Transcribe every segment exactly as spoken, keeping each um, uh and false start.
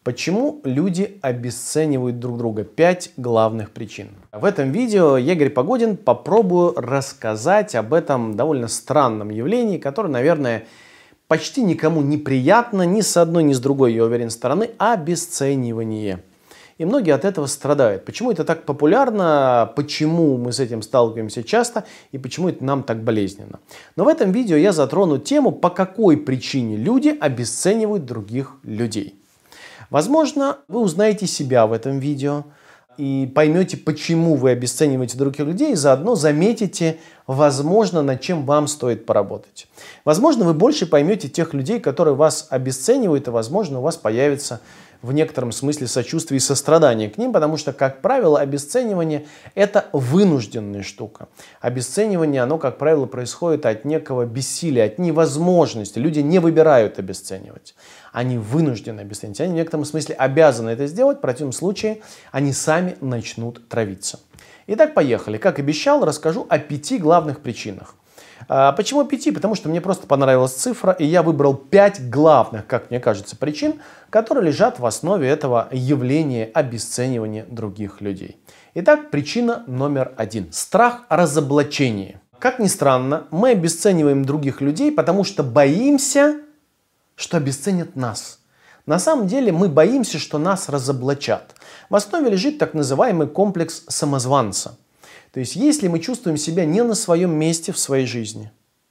Почему люди обесценивают друг друга? Пять главных причин. В этом видео я, Игорь Погодин, попробую рассказать об этом довольно странном явлении, которое, наверное, почти никому не приятно, ни с одной, ни с другой, я уверен, стороны – обесценивание. И многие от этого страдают. Почему это так популярно, почему мы с этим сталкиваемся часто и почему это нам так болезненно. Но в этом видео я затрону тему, по какой причине люди обесценивают других людей. Возможно, вы узнаете себя в этом видео и поймете, почему вы обесцениваете других людей, и заодно заметите, возможно, над чем вам стоит поработать. Возможно, вы больше поймете тех людей, которые вас обесценивают, и, возможно, у вас появится в некотором смысле сочувствие и сострадание к ним, потому что, как правило, обесценивание – это вынужденная штука. Обесценивание, оно, как правило, происходит от некого бессилия, от невозможности. Люди не выбирают обесценивать. Они вынуждены обесценивать. Они в некотором смысле обязаны это сделать, в противном случае они сами начнут травиться. Итак, поехали. Как обещал, расскажу о пяти главных причинах. А почему пяти? Потому что мне просто понравилась цифра, и я выбрал пять главных, как мне кажется, причин, которые лежат в основе этого явления обесценивания других людей. Итак, причина номер один. Страх разоблачения. Как ни странно, мы обесцениваем других людей, потому что боимся, что обесценят нас. На самом деле мы боимся, что нас разоблачат. В основе лежит так называемый комплекс самозванца. То есть, если мы чувствуем себя не на своем месте в своей жизни,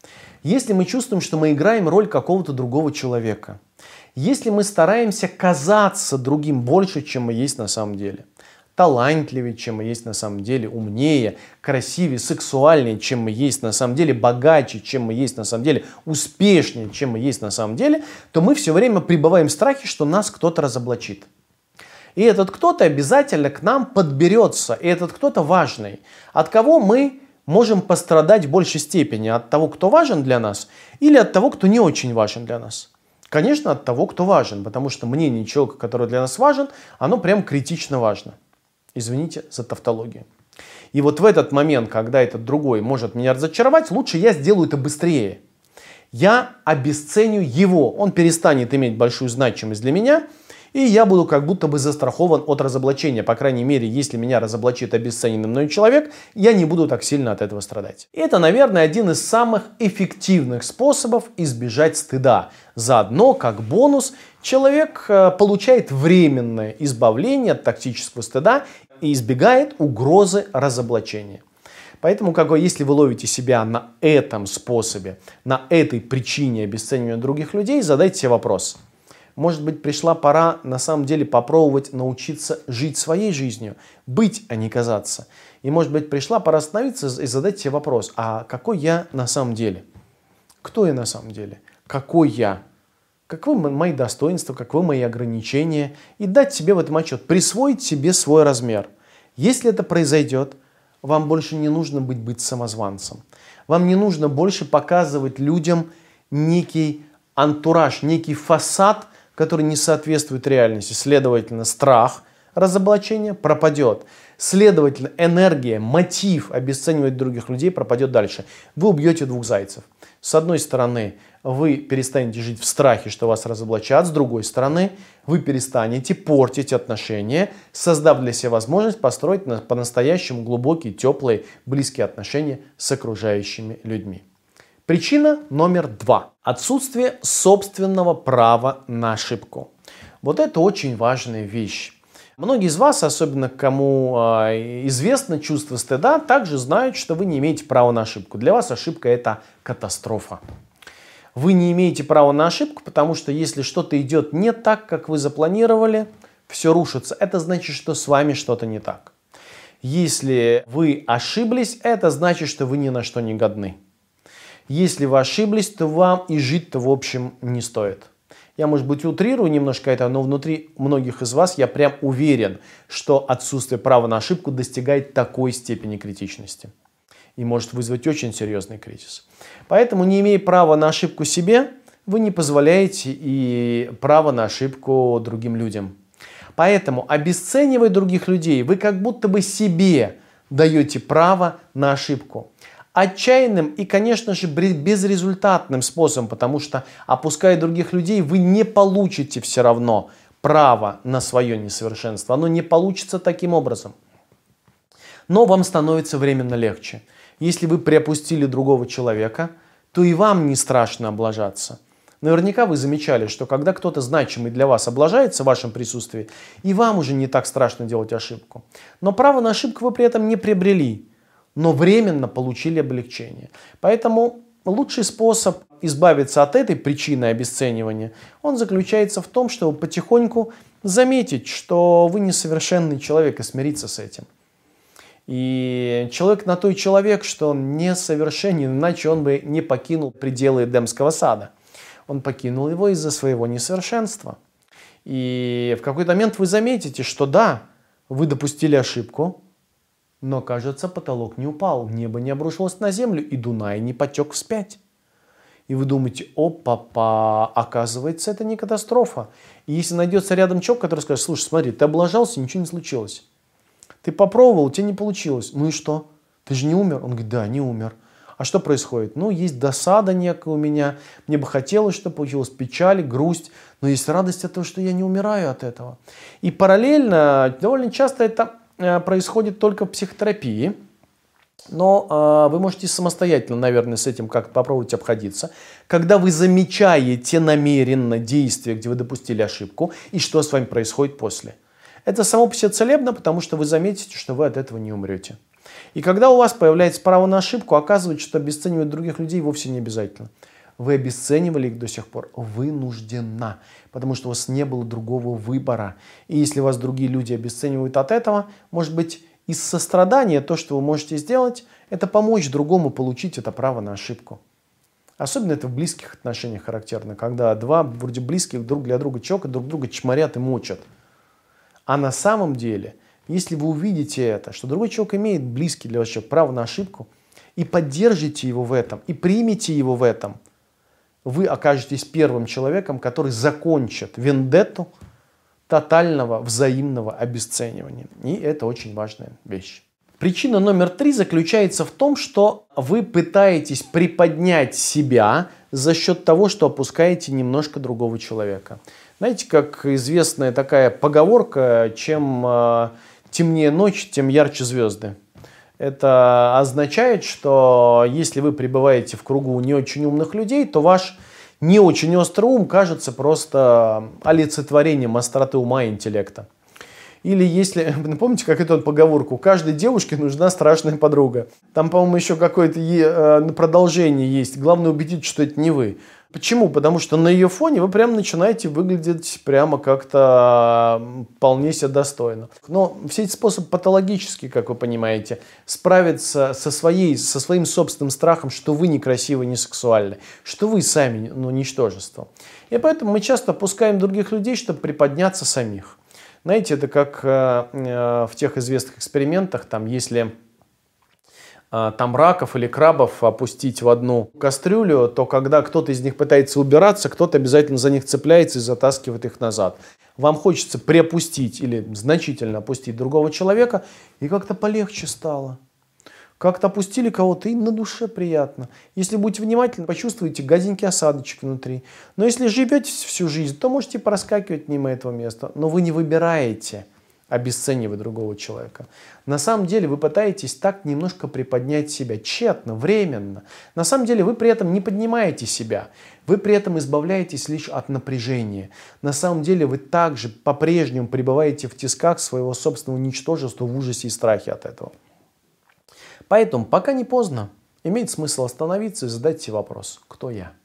если мы чувствуем, что мы играем роль какого-то другого человека, если мы стараемся казаться другим больше, чем мы есть на самом деле, талантливее, чем мы есть на самом деле, умнее, красивее, сексуальнее, чем мы есть на самом деле, богаче, чем мы есть на самом деле, успешнее, чем мы есть на самом деле, то мы все время пребываем в страхе, что нас кто-то разоблачит. И этот кто-то обязательно к нам подберется, и этот кто-то важный. От кого мы можем пострадать в большей степени? От того, кто важен для нас, или от того, кто не очень важен для нас? Конечно, от того, кто важен, потому что мнение человека, который для нас важен, оно прям критично важно. Извините за тавтологию. И вот в этот момент, когда этот другой может меня разочаровать, лучше я сделаю это быстрее. Я обесценю его, он перестанет иметь большую значимость для меня, и я буду как будто бы застрахован от разоблачения. По крайней мере, если меня разоблачит обесцененный мной человек, я не буду так сильно от этого страдать. И это, наверное, один из самых эффективных способов избежать стыда. Заодно, как бонус, человек получает временное избавление от токсического стыда и избегает угрозы разоблачения. Поэтому, как бы, если вы ловите себя на этом способе, на этой причине обесценивания других людей, задайте себе вопрос. Может быть, пришла пора на самом деле попробовать научиться жить своей жизнью, быть, а не казаться. И может быть, пришла пора остановиться и задать себе вопрос, а какой я на самом деле? Кто я на самом деле? Какой я? Каковы мои достоинства, каковы мои ограничения? И дать себе в этом отчет, присвоить себе свой размер. Если это произойдет, вам больше не нужно быть, быть самозванцем. Вам не нужно больше показывать людям некий антураж, некий фасад, который не соответствует реальности. Следовательно, страх разоблачения пропадет. Следовательно, энергия, мотив обесценивать других людей пропадет дальше. Вы убьете двух зайцев. С одной стороны, вы перестанете жить в страхе, что вас разоблачат. С другой стороны, вы перестанете портить отношения, создав для себя возможность построить по-настоящему глубокие, теплые, близкие отношения с окружающими людьми. Причина номер два. Отсутствие собственного права на ошибку. Вот это очень важная вещь. Многие из вас, особенно кому э, известно чувство стыда, также знают, что вы не имеете права на ошибку. Для вас ошибка – это катастрофа. Вы не имеете права на ошибку, потому что если что-то идет не так, как вы запланировали, все рушится. Это значит, что с вами что-то не так. Если вы ошиблись, это значит, что вы ни на что не годны. Если вы ошиблись, то вам и жить-то в общем не стоит. Я, может быть, утрирую немножко это, но внутри многих из вас я прям уверен, что отсутствие права на ошибку достигает такой степени критичности. И может вызвать очень серьезный кризис. Поэтому, не имея права на ошибку себе, вы не позволяете и права на ошибку другим людям. Поэтому, обесценивая других людей, вы как будто бы себе даете право на ошибку. Отчаянным и, конечно же, безрезультатным способом, потому что, опуская других людей, вы не получите все равно право на свое несовершенство. Оно не получится таким образом. Но вам становится временно легче. Если вы приопустили другого человека, то и вам не страшно облажаться. Наверняка вы замечали, что когда кто-то значимый для вас облажается в вашем присутствии, и вам уже не так страшно делать ошибку. Но право на ошибку вы при этом не приобрели, но временно получили облегчение. Поэтому лучший способ избавиться от этой причины обесценивания, он заключается в том, чтобы потихоньку заметить, что вы несовершенный человек, и смириться с этим. И человек на то и человек, что он несовершенен, иначе он бы не покинул пределы Эдемского сада. Он покинул его из-за своего несовершенства. И в какой-то момент вы заметите, что да, вы допустили ошибку, но, кажется, потолок не упал, небо не обрушилось на землю, и Дунай не потек вспять. И вы думаете, опа-па, оказывается, это не катастрофа. И если найдется рядом человек, который скажет, слушай, смотри, ты облажался, ничего не случилось. Ты попробовал, у тебя не получилось. Ну и что? Ты же не умер? Он говорит, да, не умер. А что происходит? Ну, есть досада некая у меня. Мне бы хотелось, чтобы получилась печаль, грусть. Но есть радость от того, что я не умираю от этого. И параллельно, довольно часто это происходит только в психотерапии. Но э, вы можете самостоятельно, наверное, с этим как-то попробовать обходиться. Когда вы замечаете намеренно действие, где вы допустили ошибку, и что с вами происходит после. Это само по себе целебно, потому что вы заметите, что вы от этого не умрете. И когда у вас появляется право на ошибку, оказывается, что обесценивать других людей вовсе не обязательно. Вы обесценивали их до сих пор вынужденно, потому что у вас не было другого выбора. И если вас другие люди обесценивают от этого, может быть, из сострадания то, что вы можете сделать, это помочь другому получить это право на ошибку. Особенно это в близких отношениях характерно, когда два вроде близких друг для друга человека друг друга чморят и мочат. А на самом деле, если вы увидите это, что другой человек имеет близкий для вас человек право на ошибку, и поддержите его в этом, и примите его в этом, вы окажетесь первым человеком, который закончит вендетту тотального взаимного обесценивания. И это очень важная вещь. Причина номер три заключается в том, что вы пытаетесь приподнять себя за счет того, что опускаете немножко другого человека. Знаете, как известная такая поговорка, чем э, темнее ночь, тем ярче звезды. Это означает, что если вы пребываете в кругу не очень умных людей, то ваш не очень острый ум кажется просто олицетворением остроты ума и интеллекта. Или если, помните, как эту поговорку, каждой девушке нужна страшная подруга. Там, по-моему, еще какое-то продолжение есть. Главное убедиться, что это не вы. Почему? Потому что на ее фоне вы прямо начинаете выглядеть прямо как-то вполне себе достойно. Но все эти способы патологические, как вы понимаете, справиться со, своей, со своим собственным страхом, что вы некрасивы, не сексуальны, что вы сами ну, ничтожество. И поэтому мы часто опускаем других людей, чтобы приподняться самих. Знаете, это как э, э, в тех известных экспериментах, там, если э, там раков или крабов опустить в одну кастрюлю, то когда кто-то из них пытается убираться, кто-то обязательно за них цепляется и затаскивает их назад. Вам хочется приопустить или значительно опустить другого человека, и как-то полегче стало. Как-то опустили кого-то, и на душе приятно. Если будете внимательны, почувствуете гаденький осадочек внутри. Но если живете всю жизнь, то можете проскакивать мимо этого места. Но вы не выбираете обесценивать другого человека. На самом деле вы пытаетесь так немножко приподнять себя. Тщетно, временно. На самом деле вы при этом не поднимаете себя. Вы при этом избавляетесь лишь от напряжения. На самом деле вы также по-прежнему пребываете в тисках своего собственного ничтожества, в ужасе и страхе от этого. Поэтому, пока не поздно, имеет смысл остановиться и задать себе вопрос, кто я?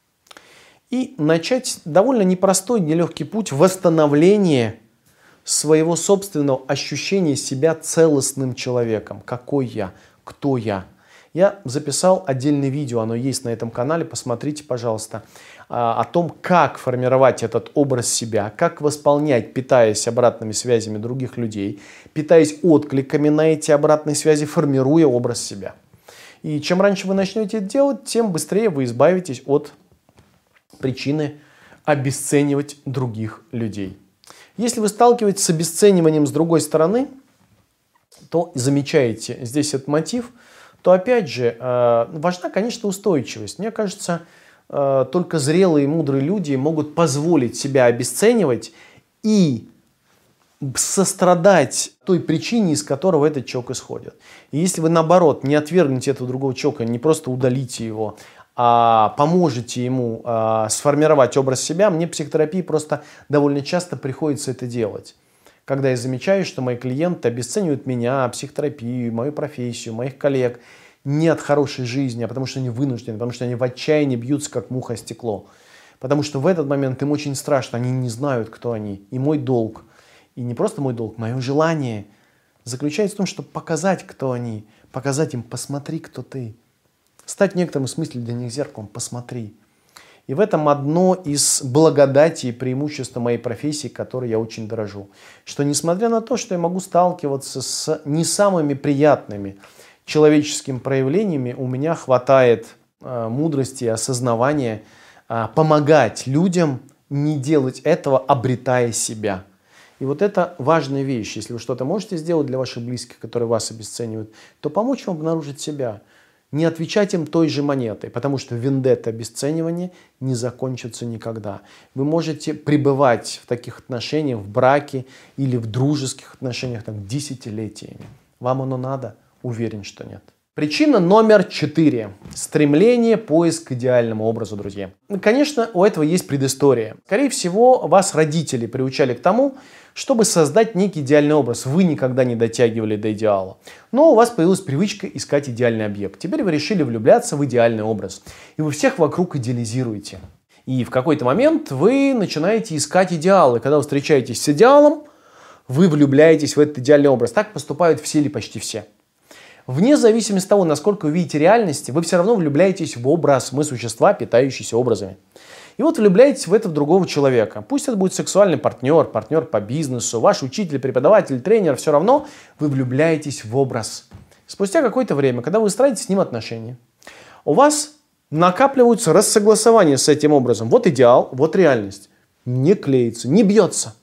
И начать довольно непростой, нелегкий путь восстановления своего собственного ощущения себя целостным человеком. Какой я? Кто я? Я записал отдельное видео, оно есть на этом канале, посмотрите, пожалуйста, о том, как формировать этот образ себя, как восполнять, питаясь обратными связями других людей, питаясь откликами на эти обратные связи, формируя образ себя. И чем раньше вы начнете это делать, тем быстрее вы избавитесь от причины обесценивать других людей. Если вы сталкиваетесь с обесцениванием с другой стороны, то замечаете здесь этот мотив, то опять же важна, конечно, устойчивость. Мне кажется, только зрелые и мудрые люди могут позволить себя обесценивать и сострадать той причине, из которого этот человек исходит. И если вы, наоборот, не отвергнете этого другого человека, не просто удалите его, а поможете ему а, сформировать образ себя, мне в психотерапии просто довольно часто приходится это делать. Когда я замечаю, что мои клиенты обесценивают меня, психотерапию, мою профессию, моих коллег не от хорошей жизни, а потому что они вынуждены, потому что они в отчаянии бьются, как муха о стекло. Потому что в этот момент им очень страшно, они не знают, кто они. И мой долг, и не просто мой долг, мое желание заключается в том, чтобы показать, кто они, показать им: посмотри, кто ты. Стать в некотором смысле для них зеркалом: посмотри. И в этом одно из благодатей и преимуществ моей профессии, которой я очень дорожу. Что несмотря на то, что я могу сталкиваться с не самыми приятными человеческими проявлениями, у меня хватает э, мудрости и осознавания э, помогать людям не делать этого, обретая себя. И вот это важная вещь. Если вы что-то можете сделать для ваших близких, которые вас обесценивают, то помочь вам обнаружить себя. Не отвечать им той же монетой, потому что вендетта, обесценивание не закончится никогда. Вы можете пребывать в таких отношениях, в браке или в дружеских отношениях так, десятилетиями. Вам оно надо? Уверен, что нет. Причина номер четыре. Стремление, поиск к идеальному образу, друзья. Конечно, у этого есть предыстория. Скорее всего, вас родители приучали к тому, чтобы создать некий идеальный образ. Вы никогда не дотягивали до идеала. Но у вас появилась привычка искать идеальный объект. Теперь вы решили влюбляться в идеальный образ. И вы всех вокруг идеализируете. И в какой-то момент вы начинаете искать идеалы. Когда вы встречаетесь с идеалом, вы влюбляетесь в этот идеальный образ. Так поступают все или почти все. Вне зависимости от того, насколько вы видите реальность, вы все равно влюбляетесь в образ. Мы существа, питающиеся образами. И вот влюбляетесь в этого другого человека. Пусть это будет сексуальный партнер, партнер по бизнесу, ваш учитель, преподаватель, тренер. Все равно вы влюбляетесь в образ. Спустя какое-то время, когда вы строите с ним отношения, у вас накапливаются рассогласования с этим образом. Вот идеал, вот реальность. Не клеится, не бьется.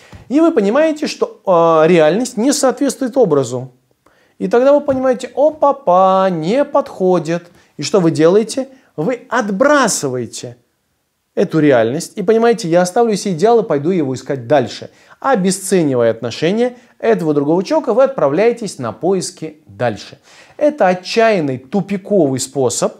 И вы понимаете, что э, реальность не соответствует образу. И тогда вы понимаете: о, папа, не подходит. И что вы делаете? Вы отбрасываете эту реальность и понимаете: я оставлю все идеалы, пойду его искать дальше. Обесценивая отношения этого другого человека, вы отправляетесь на поиски дальше. Это отчаянный, тупиковый способ,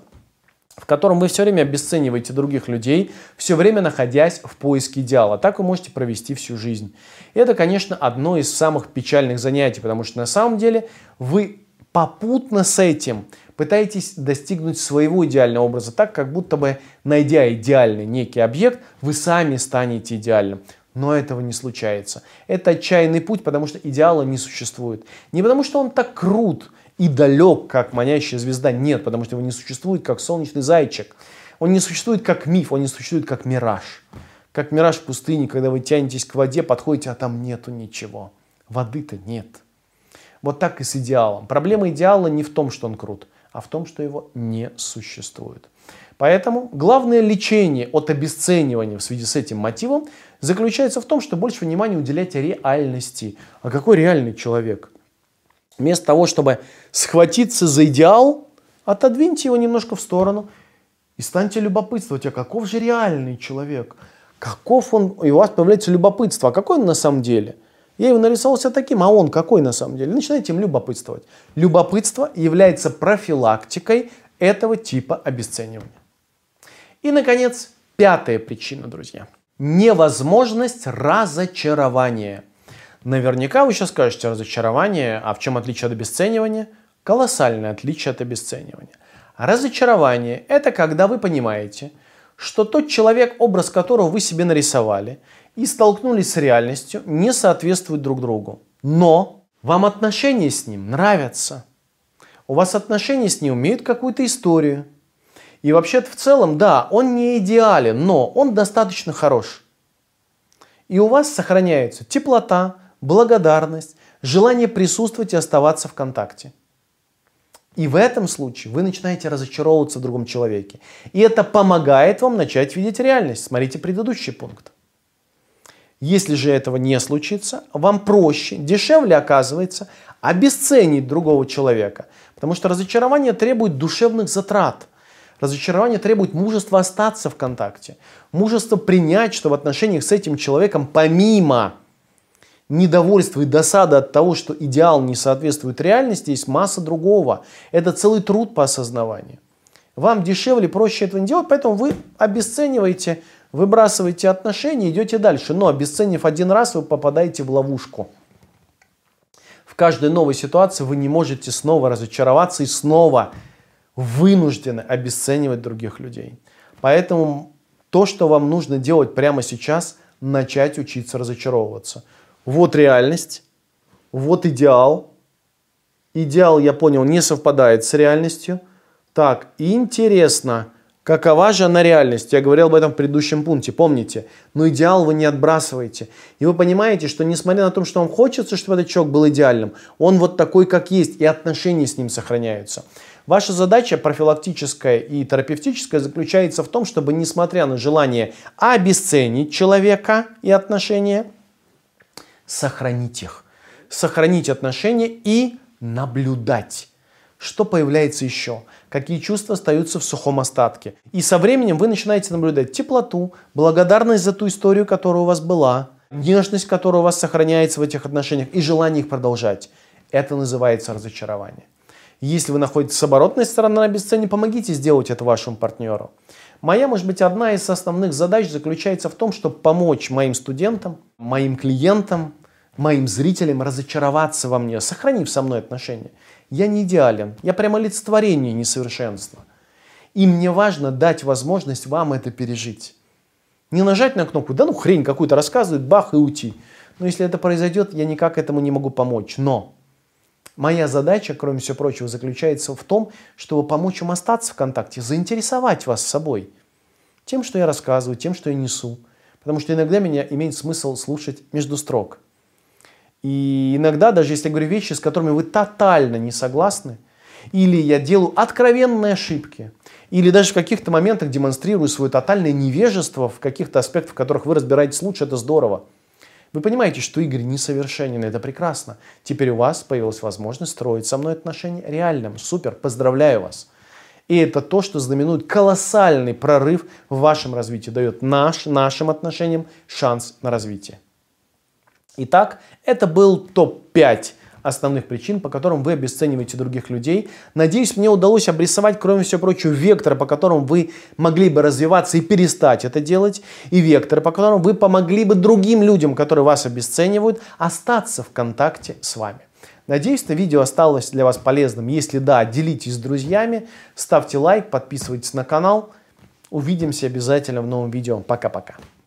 в котором вы все время обесцениваете других людей, все время находясь в поиске идеала. Так вы можете провести всю жизнь. И это, конечно, одно из самых печальных занятий, потому что на самом деле вы попутно с этим пытаетесь достигнуть своего идеального образа, так как будто бы, найдя идеальный некий объект, вы сами станете идеальным. Но этого не случается. Это отчаянный путь, потому что идеала не существует. Не потому что он так крут и далек, как манящая звезда. Нет, потому что его не существует, как солнечный зайчик. Он не существует как миф, он не существует как мираж. Как мираж в пустыне, когда вы тянетесь к воде, подходите, а там нету ничего. Воды-то нет. Вот так и с идеалом. Проблема идеала не в том, что он крут, а в том, что его не существует. Поэтому главное лечение от обесценивания в связи с этим мотивом заключается в том, что больше внимания уделять реальности. А какой реальный человек? Вместо того, чтобы схватиться за идеал, отодвиньте его немножко в сторону и станьте любопытствовать, а каков же реальный человек? Каков он? И у вас появляется любопытство. А какой он на самом деле? Я его нарисовал себя таким, а он какой на самом деле? Начинайте им любопытствовать. Любопытство является профилактикой этого типа обесценивания. И, наконец, пятая причина, друзья. Невозможность разочарования. Наверняка вы сейчас скажете: разочарование, а в чем отличие от обесценивания? Колоссальное отличие от обесценивания. Разочарование – это когда вы понимаете, что тот человек, образ которого вы себе нарисовали и столкнулись с реальностью, не соответствует друг другу. Но вам отношения с ним нравятся. У вас отношения с ним имеют какую-то историю. И вообще-то в целом, да, он не идеален, но он достаточно хорош. И у вас сохраняется теплота, благодарность, желание присутствовать и оставаться в контакте. И в этом случае вы начинаете разочаровываться в другом человеке. И это помогает вам начать видеть реальность. Смотрите предыдущий пункт. Если же этого не случится, вам проще, дешевле оказывается обесценить другого человека. Потому что разочарование требует душевных затрат. Разочарование требует мужества остаться в контакте, мужества принять, что в отношениях с этим человеком помимо недовольства и досады от того, что идеал не соответствует реальности, есть масса другого. Это целый труд по осознаванию. Вам дешевле, проще этого не делать, поэтому вы обесцениваете, выбрасываете отношения, идете дальше. Но обесценив один раз, вы попадаете в ловушку. В каждой новой ситуации вы не можете снова разочароваться и снова вынуждены обесценивать других людей. Поэтому то, что вам нужно делать прямо сейчас, начать учиться разочаровываться. Вот реальность, вот идеал. Идеал, я понял, не совпадает с реальностью. Так, интересно, какова же она реальность? Я говорил об этом в предыдущем пункте, помните? Но идеал вы не отбрасываете. И вы понимаете, что несмотря на то, что вам хочется, чтобы этот человек был идеальным, он вот такой, как есть, и отношения с ним сохраняются. Ваша задача профилактическая и терапевтическая заключается в том, чтобы, несмотря на желание обесценить человека и отношения, сохранить их. Сохранить отношения и наблюдать. Что появляется еще? Какие чувства остаются в сухом остатке? И со временем вы начинаете наблюдать теплоту, благодарность за ту историю, которая у вас была, нежность, которая у вас сохраняется в этих отношениях, и желание их продолжать. Это называется разочарование. Если вы находитесь с оборотной стороны на обесценивании, помогите сделать это вашему партнеру. Моя, может быть, одна из основных задач заключается в том, чтобы помочь моим студентам, моим клиентам, моим зрителям разочароваться во мне, сохранив со мной отношения. Я не идеален, я прямо олицетворение несовершенства. И мне важно дать возможность вам это пережить. Не нажать на кнопку, да ну хрень какую-то рассказывает, бах, и уйти. Но если это произойдет, я никак этому не могу помочь. Но моя задача, кроме всего прочего, заключается в том, чтобы помочь вам остаться в контакте, заинтересовать вас собой. Тем, что я рассказываю, тем, что я несу. Потому что иногда меня имеет смысл слушать между строк. И иногда, даже если я говорю вещи, с которыми вы тотально не согласны, или я делаю откровенные ошибки, или даже в каких-то моментах демонстрирую свое тотальное невежество в каких-то аспектах, в которых вы разбираетесь лучше, это здорово. Вы понимаете, что Игорь несовершенен, это прекрасно. Теперь у вас появилась возможность строить со мной отношения реальным. Супер, поздравляю вас. И это то, что знаменует колоссальный прорыв в вашем развитии, дает наш, нашим отношениям шанс на развитие. Итак, это был топ пять основных причин, по которым вы обесцениваете других людей. Надеюсь, мне удалось обрисовать, кроме всего прочего, векторы, по которым вы могли бы развиваться и перестать это делать, и векторы, по которым вы помогли бы другим людям, которые вас обесценивают, остаться в контакте с вами. Надеюсь, это видео осталось для вас полезным. Если да, делитесь с друзьями, ставьте лайк, подписывайтесь на канал. Увидимся обязательно в новом видео. Пока-пока.